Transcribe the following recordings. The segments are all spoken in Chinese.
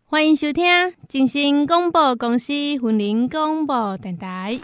欢迎收听正声广播公司云林广播电台。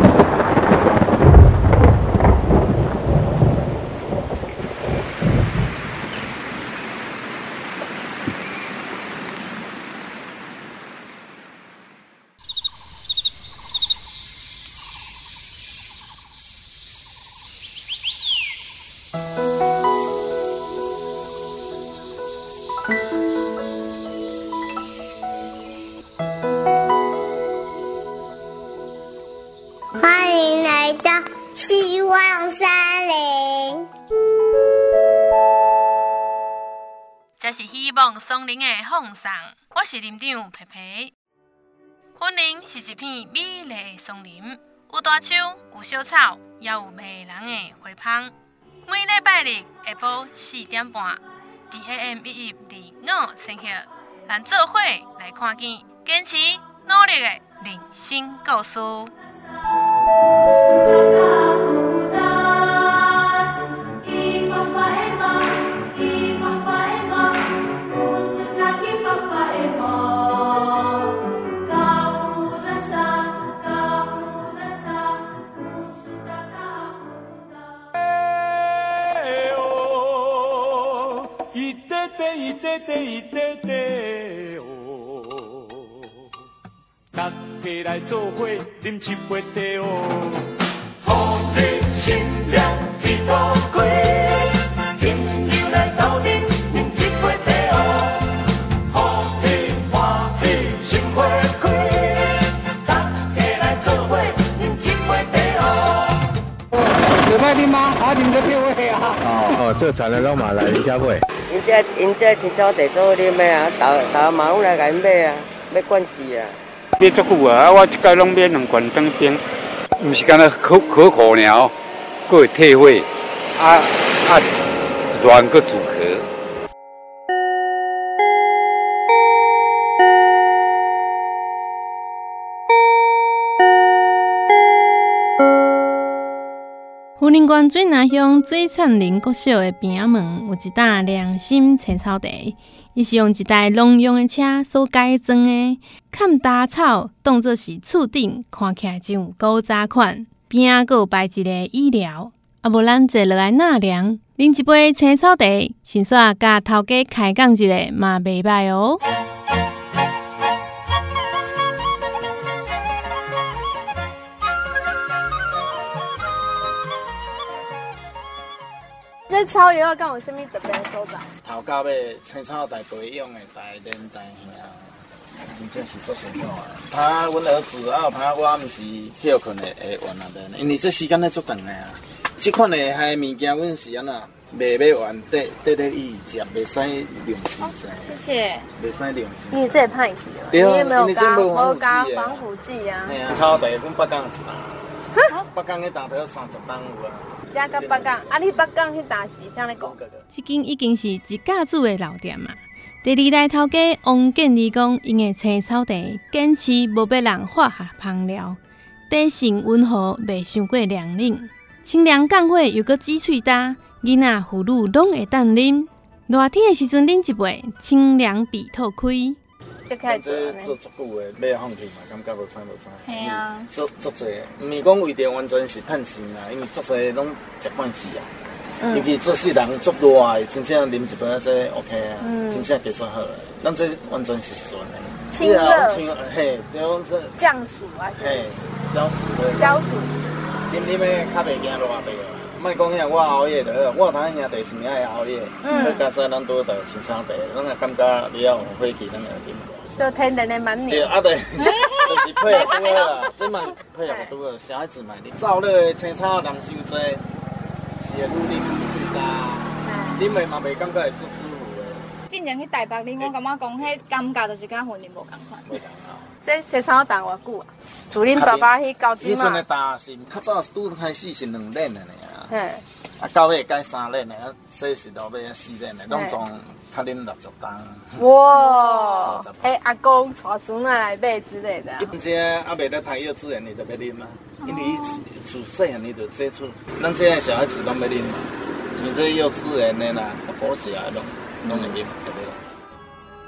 欢迎来到希望森林。 这是希望松林的放送，我是林长皮皮。云林是一片美丽的松林，有大树，有小草，也有迷人的花香。每礼拜日下晡4点半，AM1125千赫，咱做伙来看见坚持努力的人生故事。 大家来做伙饮一杯茶哦，予你心凉气土开，朋友来斗阵饮一杯茶哦，予你欢喜心花开，大家来做伙饮一杯茶哦。 有卖啉吗？我啉得少位啊。 哦，做田的拢嘛来啉消费。 因这青草地做啉的啊，豆嘛拢来甲因买啊，要管事啊。 买足久啊！我一届拢买2罐当冰，毋是干那可口尔，佫会退火，软佫止咳。 云林县水南乡水灿林国小的边仔门有一担良心青草地，伊是用一台农用的车所改装的，砍大草当作是厝顶，看起来真有古早款。边仔佫有摆一个椅料，无咱坐落来纳凉，啉一杯青草茶，顺续甲头家开讲一下嘛袂歹哦。 这草药敢有啥物特别的所在？ 头到尾青草大培养的大连大兄，真正是做成功啊！拍阮儿子啊，拍我，毋是休困的会完啊的，因为这时间咧足长的啊。这款的害物件，阮是安那卖要完，得伊食，袂使量时间。 谢谢。 袂使量时间。 因为这也歹去了， 对啊， 你也没有加防腐剂啊。 嘿啊，草地阮8工一担，8工迄担头30担有啊。 加到8工，啊，你8工迄担是啥咧讲？ 这间已经是一家子的老店嘛。第二代头家王建利讲，因的青草茶坚持无要人化学烹调，底性温和，袂伤过凉冷，清凉降火又搁止喙焦，囡仔妇女拢会当啉。热天的时阵啉一杯，清凉鼻透开。 这做足久的，要放弃嘛，感觉无差。 系啊， 做济，毋是讲为着完全是趁钱啦，因为足济拢食惯势啊。尤其做世人足热的，真正啉一杯啊，这 OK 啊，真正加足好的。咱这完全是纯的， 清热， 嘿，对讲这降暑啊， 嘿，消暑的， 消暑。 啉的较袂惊热病啊。莫讲遐我熬夜就好，我头兄弟是命爱熬夜，加上咱拄到青草茶，咱也感觉了有火气，咱也啉。 就天然的蛮对，啊对，就是配合拄好啦，这嘛配合拄好，小孩子嘛，你燥热的青草人伤济，是会愈啉愈脆焦，啉的嘛袂感觉会足舒服的。 之前去台北啉，我感觉讲迄感觉就是甲云林无共款。这青草茶偌久啊？自恁爸爸去高级嘛？ 以前的茶是较早拄开始是2链的呢啊， 嘿， 啊到尾改3链的，啊这是到尾4链的，拢从较啉60担。 哇！阿公带孙仔来买之类的。 一般这还袂得读幼稚园，你就要啉嘛，因为自细汉你就接触，咱这些小孩子拢要啉嘛，像这幼稚园的啦、补习啊，拢会啉，对不对？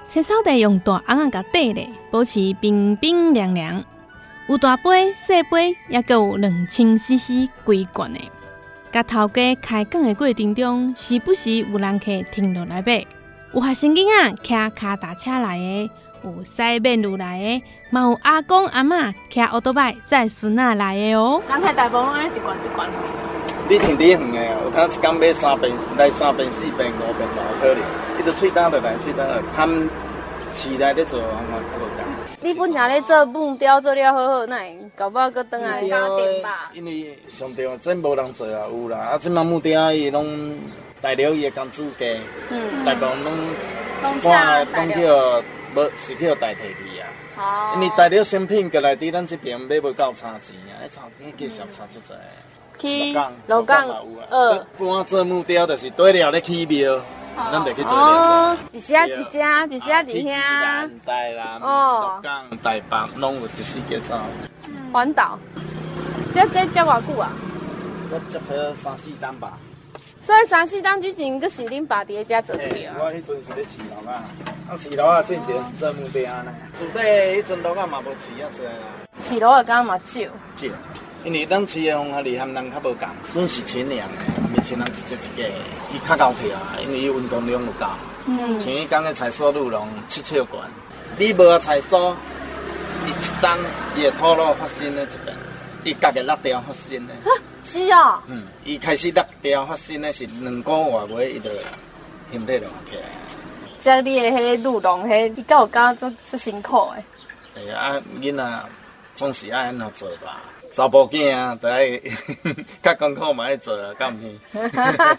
青草地用大红仔甲缀咧，保持冰冰凉凉。有大杯、小杯，也阁有2000cc 规罐的。甲头家开讲的过程中，时不时有人客停落来买，有学生囡仔骑脚踏车来的，有驶面路来的，嘛有阿公阿嬷骑奥多拜载孙仔来的哦。 人客大部分一罐一罐。 你穿底远的，有当一工买3遍、来3遍、4遍、5遍都有可能。伊就喙干就来，喙干含市内咧做，我较无讲。 你本来咧做木雕做了好好，那会搞不好搁转来家庭吧？ 因为上对真无人做啊，有啦。啊，即马木雕伊拢大陆伊的工资价，大部分拢讲叫无是叫代替去啊。哦。因为大陆产品过来伫咱这边买袂到差钱啊，差钱计实差出侪。 去鹿港搬做木雕就是堆了咧起庙。咱就去做咧做， 一时啊伫遮，一时啊伫遐。 台南、鹿港、台北，拢有一四个走。 环岛，这才偌久啊？ 我接了3、4单吧。 所以3、4单之前，佫是恁爸伫遮做对啊？ 我迄阵是咧饲鹿啊，饲鹿啊，之前是做木雕呢。厝底迄阵鹿啊嘛无饲遐济啦。 饲鹿啊，敢嘛少。 少，因为咱饲的方法哩和人较无共，阮是亲粮的。像人一个一个，伊较高跳啊，因为伊运动量有够。像伊讲的采收率拢7尺悬，你无啊采收，伊一单伊的土路发生咧一遍，伊家己落掉发生咧。 是啊。 伊开始落掉发生咧是2个月尾，伊就形体就起来。 即你的迄路农，迄你敢有感觉足辛苦的？ 哎呀，囡仔总是爱安怎做吧。查甫囝啊，就爱较艰苦嘛爱做啊，敢毋是？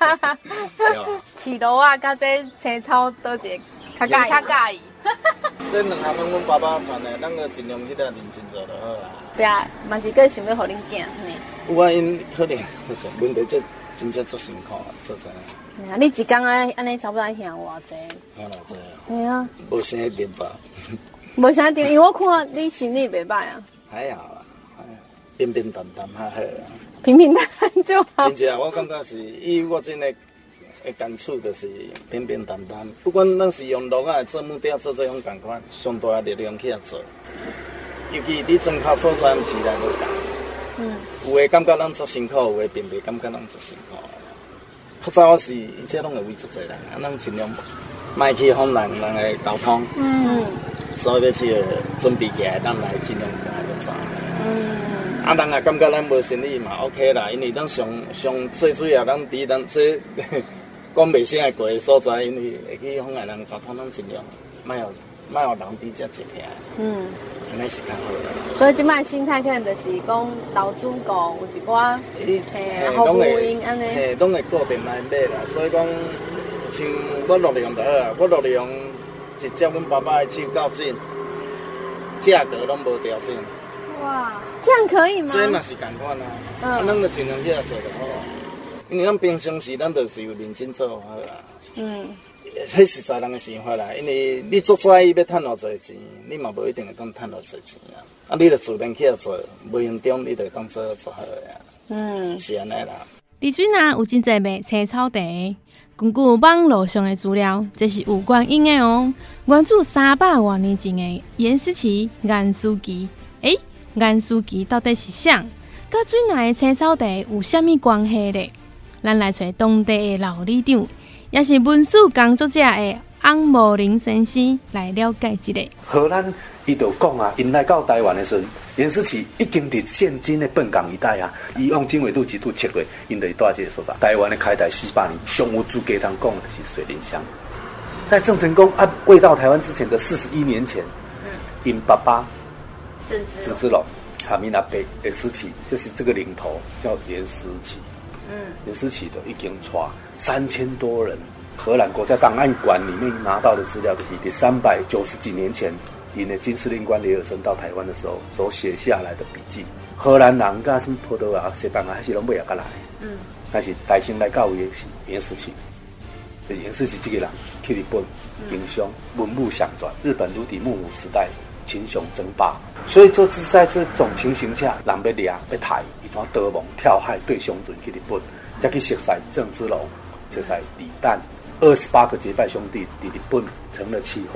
饲鹿啊，甲这青草倒一个较介意。 这2项拢阮爸爸传的，咱个尽量去认真做就好啦。 对啊，嘛是个想要互恁囝呢。 有啊，因可能问题这真正足辛苦啊，做真。 你一工安尼差不多爱听偌济？ 听偌济啊？ 系啊。 无啥一点吧？ 无啥点，因为我看你身体袂歹啊。 还好啦。平平淡淡较好啦， 平平淡淡就好。 真正我感觉是，以我真的感触就是平平淡淡。不管咱是用鹿仔做木雕做这种共款，上大的力量去遐做。尤其你庄脚所在，时代无共。有诶感觉咱足辛苦，有诶并袂感觉咱足辛苦。较早是，伊这拢会为足侪人，咱尽量莫去妨人诶交通。所以要去准备起来，咱来尽量来去做。啊，人也感觉咱无生意嘛 ，OK 啦，因为咱上最主要，咱伫咱这讲袂啥会过的所在，因为会去妨碍人交通，咱尽量莫有人伫遮坐起来。安尼是较好啦。 所以即摆心态可能就是讲老主顾有一寡服务因安尼， 拢会固定来买啦。所以讲，像我陆良就好啊，我陆良是接阮爸爸的手较紧，价格拢无调整。 哇，这样可以吗？ 这嘛是共款啊，咱就尽量去遐做就好。因为咱平常时咱就是有认真做就好啦。迄实在人的想法啦，因为你做在意要赚偌济钱，你嘛无一定会当赚偌济钱啊。啊，你就自然去遐做，无形中你就当做好呀。是安尼啦。 伫水若有真侪卖青草茶，根据网络上的资料，这是有原因的哦。原自300多年前的严思琪、颜思琪。颜思琪到底是啥？甲水内的青草茶有啥物关系呢？咱来找当地的老里长，也是文史工作者的翁茂林先生来了解一下。 荷兰伊就讲啊，因来到台湾的时阵，严思琪已经伫现今的本港一带啊，伊用经纬度制度测过，因就住这个所在。台湾的开台48年，上有资格通讲的是水林乡。在郑成功未到台湾之前的41年前，因爸爸郑芝龙，哈米那伯严思琪，就是这个领头叫严思琪。严思琪的已经带3000多人。荷兰国家档案馆里面拿到的资料，就是第390几年前，因的金司令官李尔森到台湾的时候所写下来的笔记。荷兰人甲什么葡萄牙、西班牙还是拢尾仔来，但是台生来教育的是严思琪。严思琪这个人去日本经商，文武相传，日本如敌幕府时代群雄争霸，所以就是在这种情形下，人要掠要杀，伊怎逃亡跳海对匈船去日本，再去熟悉郑芝龙，熟悉李旦。28个结拜兄弟伫日本成了气候，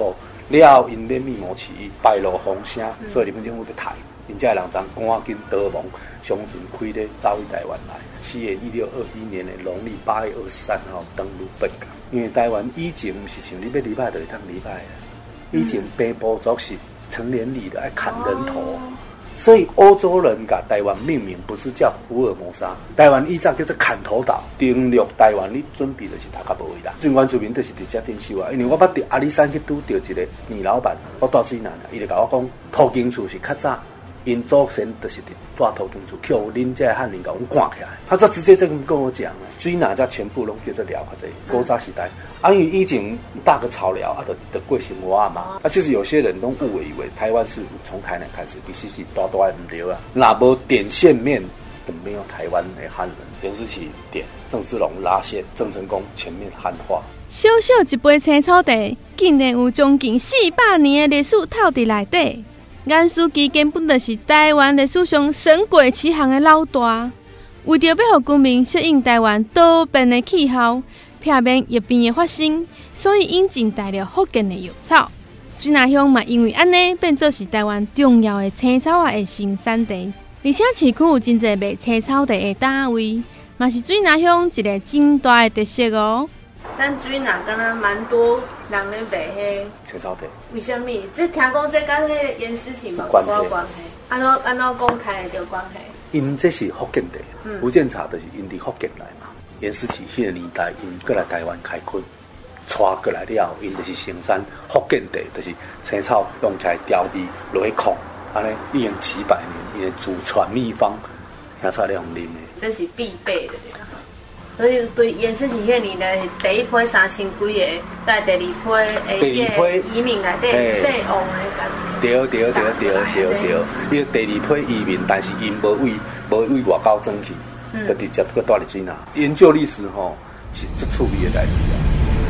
了后因免密谋起义，败露风声，所以日本政府就抬，因这人将赶紧逃亡，相船开咧走去台湾来。西元1621年的农历8月23号登陆本港。因为台湾以前不是像你要礼拜就会当礼拜的，以前平埔族是成年礼的爱砍人头，所以欧洲人把台湾命名不是叫福尔摩沙，台湾以前叫做砍头岛。登陆台湾，你准备就是大家无位啦。尽管出名就是伫遮顶修啊，因为我捌伫阿里山去拄到一个女老板，我住水南，伊就甲我讲，土金厝是较早。因祖先就是住土金厝，叫恁这汉人甲阮赶起来。他就直接这么跟我讲，水哪才全部拢叫做寮较济。古早时代，因为以前大个草寮啊，就过生活啊嘛。其实有些人都误以为台湾是从台南开始，其实是大大的唔对啊。若无点线面，就没有台湾的汉人。袁思齐点，郑芝龙拉线，郑成功全面汉化。 小小一杯青草茶，竟然有将近400年的历史透伫内底。颜思齐根本就是台湾历史上神鬼奇航的老大，为着要让居民适应台湾多变的气候，避免疫病的发生，所以引进大量福建的药草。水南乡嘛，因为安尼变做是台湾重要的青草的生产地，而且市区有真侪卖青草茶的单位，嘛是水南乡一个真大的特色哦。咱水南敢若蛮多人咧卖迄青草茶， 为什么？这听讲这跟迄严思齐嘛有关系？安怎讲开会着关系？ 因这是福建茶，福建茶就是因伫福建来嘛。严思齐迄个年代，因过来台湾开垦，带过来了后，因就是生产福建茶，就是青草用起来调味落去控，安尼已经几百年，因的祖传秘方，现在了用啉的。 这是必备的。所以对严思齐迄年代第一批3000几个，在第二批移民内底姓王的感觉。 对，伊第二批移民，但是因无为外口转去，就直接搁住伫水南。研究历史吼，是足趣味的代志啊。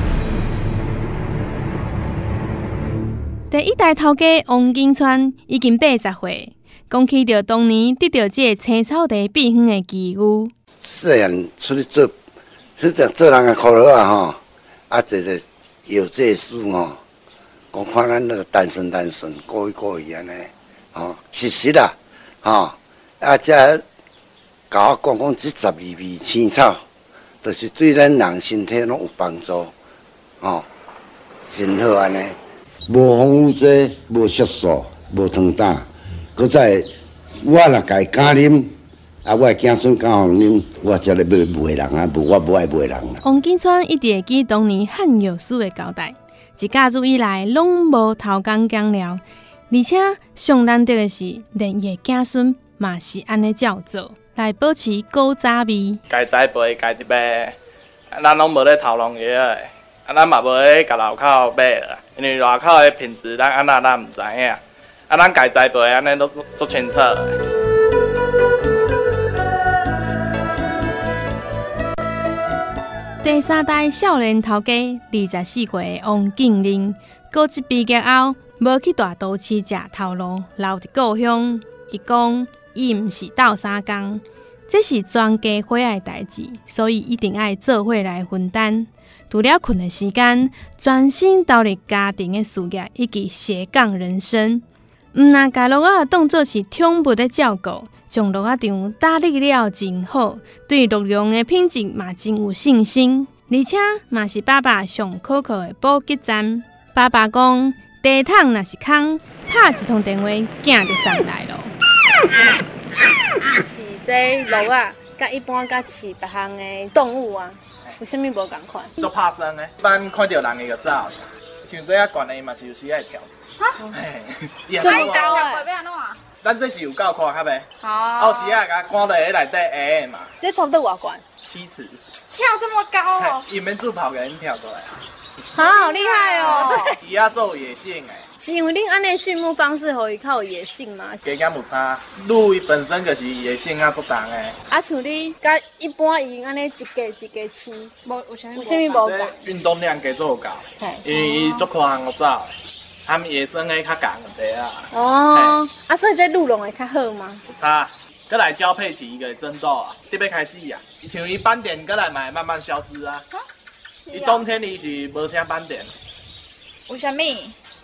第一代头家王金川已经80岁，讲起着当年得到这青草茶秘方的奇遇。 细汉出去做，实际做人的苦劳啊吼，啊一个有这事吼，讲看咱那个单身，过一安尼，吼，事实啦，吼，啊这甲我讲这12味青草，就是对咱人身体拢有帮助，吼，真好安尼。无防腐剂，无色素，无糖胆，搁再我若家敢啉。啊！我的子孙刚好啉，我才来卖卖人啊，我不爱卖人啦。 王金川一直会记当年汉药师的交代，自嫁入以来拢无偷工减料，而且上难得的是，连伊的子孙嘛是安尼照做，来保持古早味。 该栽培该一卖，咱拢无咧偷农药的，咱嘛无咧甲路口买啦，因为路口的品质咱安那咱毋知影，咱该栽培安尼都足清楚的。第3代少年头家24岁的王敬林，高职毕业后无去大都市食头路，留伫故乡。伊讲伊毋是斗相共，这是全家伙的代志，所以一定爱做伙来分担。除了困的时间，专心投入家庭的事业以及斜杠人生。毋若甲鹿仔当作是宠物的照顾，将鹿仔场打理了真好，对鹿茸的品质嘛真有信心，而且嘛是爸爸上可靠的补给站。爸爸讲，地桶若是空，拍一通电话，囝就送来咯。是这鹿仔，甲一般甲饲别项的动物啊，有啥物无共款？ 做拍生的，一般看到人伊就走，像这遐悬的伊嘛是有时爱跳。 这么高诶！ 咱这是有够宽较袂？ 哦。 有时啊，甲关在内底下嘛。 这差不多偌高 ？7尺。 跳这么高哦！ 伊免自跑给人跳过来啊。 好厉害哦！ 伊遐做野性诶。 是因为恁安尼畜牧方式，互伊较有野性嘛？ 加减有差，鹿伊本身就是野性啊，足重诶。 啊，像你甲一般伊安尼一家饲，有啥物无共？ 运动量加做有够，因为伊足宽行走。他们野生的较共一点啊。 哦，啊，所以这鹿茸会较好吗？ 有差，搁来交配期一个争斗啊，得要开始啊。像伊斑点搁来嘛会慢慢消失啊。伊冬天伊是无啥斑点。 为什么？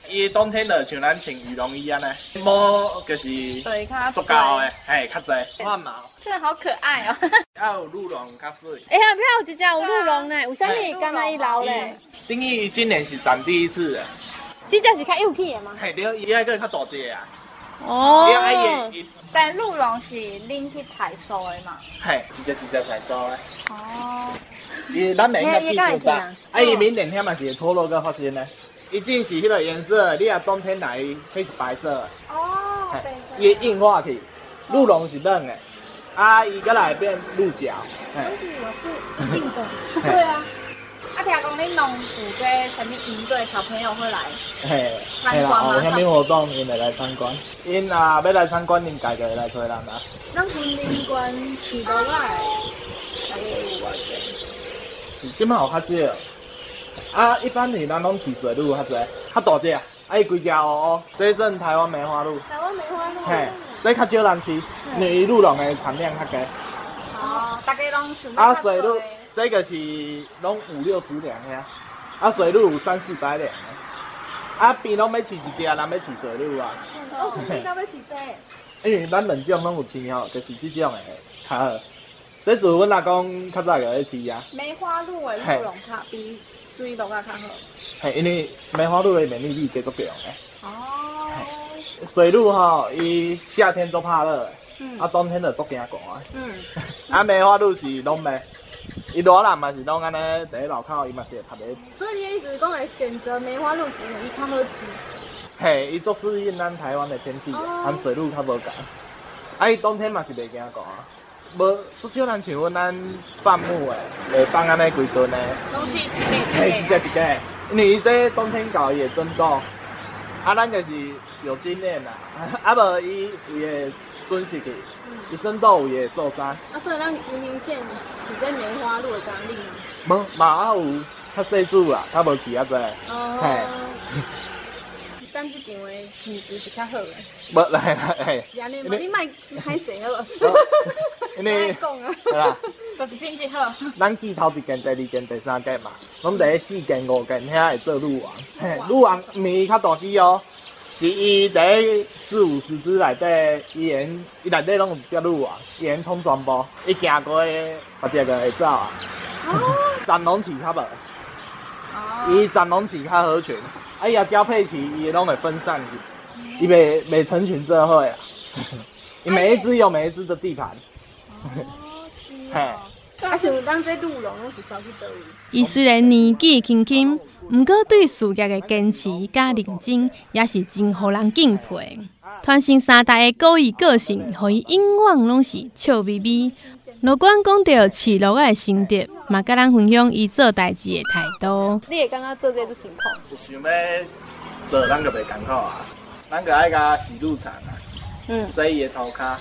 伊冬天就像咱穿羽绒衣安尼，毛就是足高的，嘿，较侪换毛。 真的好可爱哦！ 还有鹿茸较水。 哎呀，不要有一只有鹿茸呢，有啥物干那伊老咧？ 等于今年是长第一次的。 这只是较幼气的吗？ 嘿，对，伊迄个较大只啊。 哦。 但鹿茸是恁去采收的嘛？ 嘿，一只采收的。 哦。 伊咱每个技术大，伊明年天嘛是会脱落个发生呢。一进是迄个颜色，你若冬天来，迄是白色的。 哦，白色。 伊会硬化去，鹿茸是冷的，伊过来变鹿角。 鹿茸是硬的。对啊。听讲恁农有这什么营队小朋友会来参观吗？ 有啥物活动，因会来参观。因要来参观，因家就会来找人啦。 咱昆林关饲落来，大概有偌济？ 是即摆有较少。一般咱拢饲水鹿较济，较大只。伊规只乌，这算台湾梅花鹿。 台湾梅花鹿。 嘿，这较少人饲，因为鹿茸的产量较低。 哦，大家拢想要较水鹿。这个是拢50-60两遐，水鹿有300-400两，边拢要饲一只，人要饲水鹿啊。 边都要饲这？ 因为咱两种拢有饲吼，就是这种的较好。这自阮阿公较早就咧饲啊。 梅花鹿的鹿茸较比水鹿较好。 嘿，因为梅花鹿的免疫力比较强的。 哦。 水鹿吼，伊夏天都怕热，冬天就足惊寒。梅花鹿是拢袂。伊热人嘛是拢安尼，第一路口伊嘛是会拍咧。 所以你的意思是讲会选择梅花鹿是因为伊较好吃？ 嘿，伊足适应咱台湾的天气，含水鹿较无共。伊冬天嘛是袂惊寒啊，无足少人像阮咱放牧的，会放安尼规吨的。 拢是一个，因为伊这冬天搞伊会争斗，咱就是有经验啦，无伊会损失去。伊争斗伊会受伤。 所以咱云林县是这梅花鹿的工龄吗？ 无，嘛有较细组啦，较无饲遐济。 嘿。咱这场的品质是较好的。 无来。 是安尼嘛？你莫歹势好无？ 因为讲啊。 对啦。 就是品质好。 咱记头一件、第二件、第三件嘛，拢第4件、5件遐会做鹿王。嘿，鹿王毋是伊较大只哦。是伊第40-50只内底，伊内底拢有只鹿王，伊通全部，伊行过别只个会走啊。站拢饲较无，伊站拢饲较好群，伊也交配期伊拢会分散去，伊袂成群做伙啊。伊每一只有每一只的地盘。 嘿。像咱这鹿茸拢是烧去倒位？ 伊虽然年纪轻轻，毋过对事业的坚持甲认真，也是真互人敬佩。传承3代的古意个性，互伊永远拢是笑眯眯。若管讲到饲鹿的心得，嘛甲咱分享伊做代志的态度。 你会感觉做这种情况？ 有想要做，咱就袂艰苦啊。咱就爱甲洗鹿场啊，洗伊的头壳，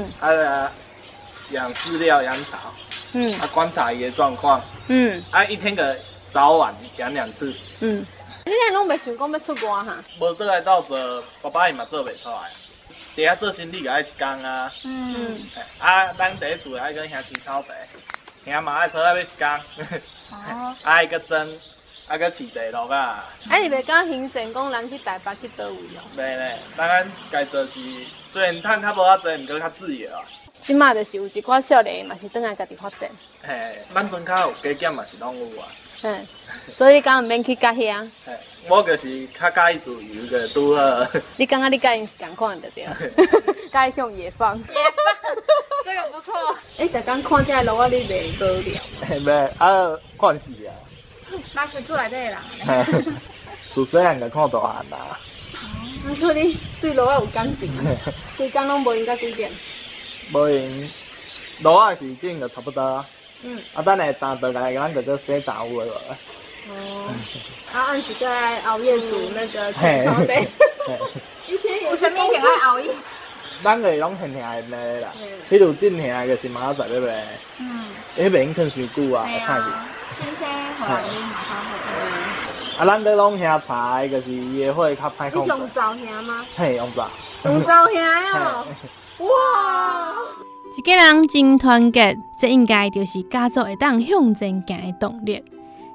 养饲料、养草。观察伊的状况。一天个早晚养2次。 你俩拢袂想讲要出外哈？ 无倒来到做，爸爸伊嘛做袂出来。伫遐做生理个爱1工啊。咱第一厝爱跟兄饲草地，兄嘛爱出来要1工。爱个蒸，个饲一鹿啊。 你袂敢形成讲人去台北去倒位哦？ 袂咧，咱家做是虽然趁较无遐济，毋过较自由啊。 即马就是有一寡少年嘛是倒来家己发展。 嘿，咱村口有加减嘛是拢有啊。 所以你敢毋免去甲遐？ 我就是较介意自由个拄好。 你感觉你甲因是共款的对？甲伊向野放。野放，这个不错。逐工看这鹿仔，你袂无聊？ 袂，看死啊！ 哪是厝内底啦？ 自细汉就看大汉啦。 所以你对鹿仔有感情？规工拢无闲到几点？ 无闲，鹿仔是种就差不多啊。等下打倒来，咱就做洗打有诶无。 按时在熬夜煮那个青草地。一天有啥物天爱熬夜？ 咱个拢闲闲的啦，迄路真闲就是明仔载咧卖。迄袂用放伤久啊，看去。 新鲜，互人较好。 咱咧拢兄茶，就是伊的火较歹控制。 你用灶兄吗？ 嘿，用灶。 用灶兄哦。哇！ 一个人真团结，这应该就是家族会当向前行的动力。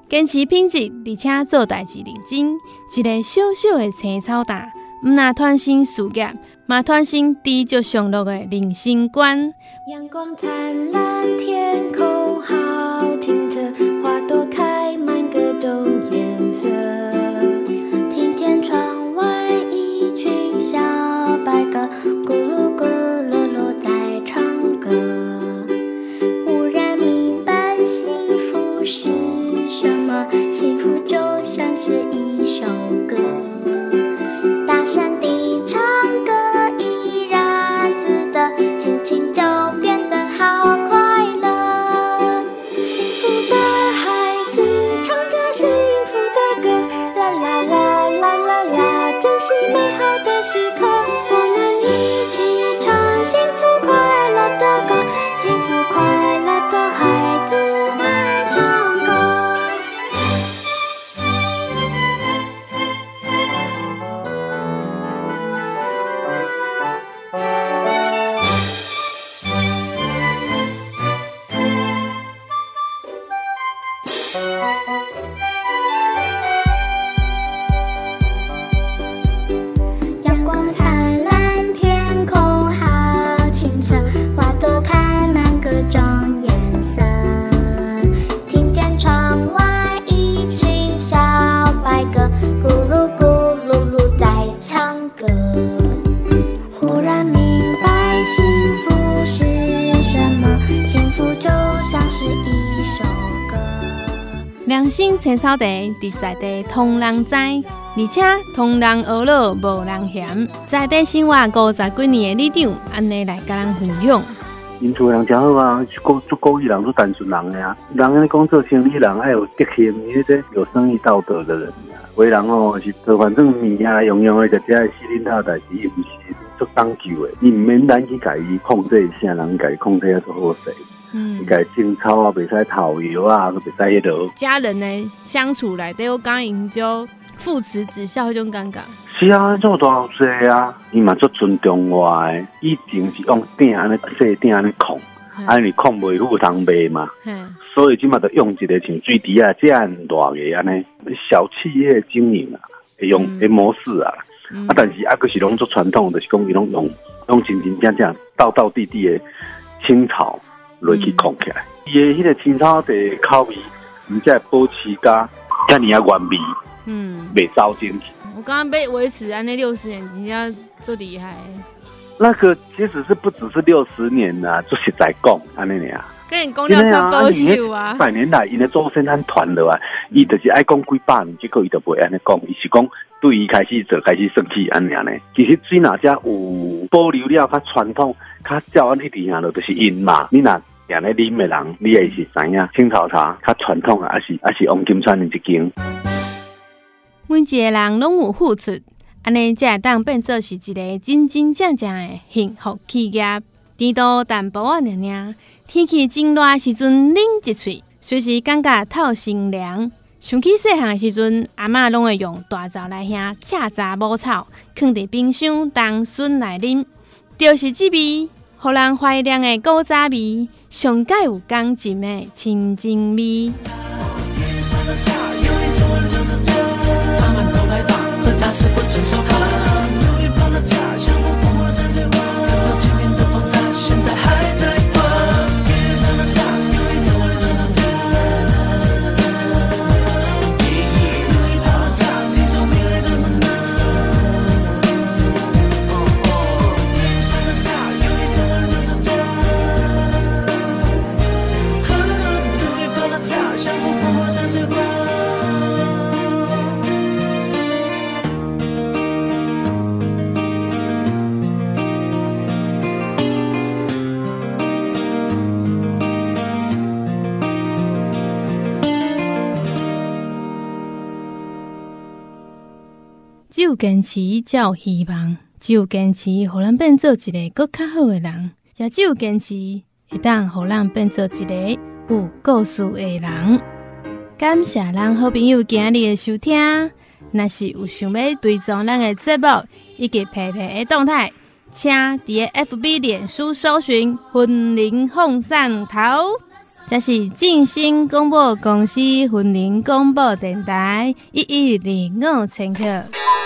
坚持品质，而且做代志认真。一个小小的青草蛋，毋但传承事业，嘛传承知足常乐的人生观。 阳光灿烂，天空好清澈，花朵开满各种颜色。 听见窗外一群小白鸽，咕噜咕噜噜在唱歌。忽然明白幸福是什么，幸福就像是一首歌。大声地唱歌，怡然自得，心情就变得好快乐。幸福的孩子唱着幸福的歌，啦啦啦啦啦啦，珍惜美好的时刻。我们一起唱幸福快乐的歌，幸福快乐的孩子在唱歌。阳光灿烂，天空好清澈，花朵开满各种颜色。听见窗外一群小白鸽，咕噜咕噜噜在唱歌。忽然明白幸福是什么，幸福就像是一首歌。 良心青草茶，伫在地通人知，而且通人学乐无人嫌。在地生活50几年的里长，安尼来甲人分享。 因做人真好啊，是做故意人，做单纯人的啊。人安尼讲做生意人，爱有德行，迄个有生意道德的人啊。为人哦，是做反正物啊，用用的，就只系死领头代志，伊毋是做当救的，伊毋免咱去家己控制，啥人家己控制啊，做好势。你家种草啊，袂使头油啊，都袂使迄落。 家人呢相处内底，我感因就父慈子孝迄种感觉。 是啊，做大好势啊，伊嘛足尊重我的。以前是用鼎安尼细鼎安尼控，安尼控袂好通卖嘛。所以即马就用一个像水池啊，这样大个安尼小企业经营啊，会用的模式啊。但是还是拢做传统，就是讲伊拢用真正道地的青草落去控起来。伊的迄个青草的口味，而且保持甲遮尔啊原味，袂糟进去。 我刚刚被维持安尼60年，真正最厉害。 那个其实是不只是60年啦，做实在讲安尼尔。 跟你讲了较保守啊 ！100年来，因的祖先咱传落来，伊就是爱讲几百年，结果伊就袂安尼讲，伊是讲对伊开始做，开始生气安尼呢。其实水哪只有保留了较传统，较照安一直下落，就是因嘛。你若安尼啉的人，你也是知影青草茶较传统啊，还是黄金川的一间。 每一个人拢有付出，安尼才会当变做是一个真真正正的幸福企业。甜度淡薄仔尔尔，天气真热的时阵啉一喙，随时感觉透心凉。想起细汉的时阵，阿嬷拢会用大灶来兄赤杂母草，放伫冰箱当笋来啉，就是这味，互人怀念的古早味，上介有感情的亲情味。只有坚持才有希望，只有坚持，互咱变做一个更较好的人，也只有坚持，会当互咱变做一个有故事的人。感谢咱好朋友今日的收听，若是有想要追踪咱的节目以及皮皮的动态，请伫 FB 脸书搜寻“云林凤山头”。 这是正声广播公司云林广播电台1105千克。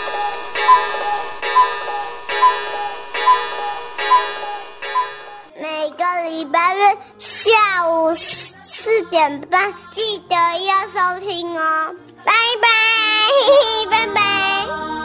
每个礼拜日下午4点半，记得要收听哦。拜拜，拜拜。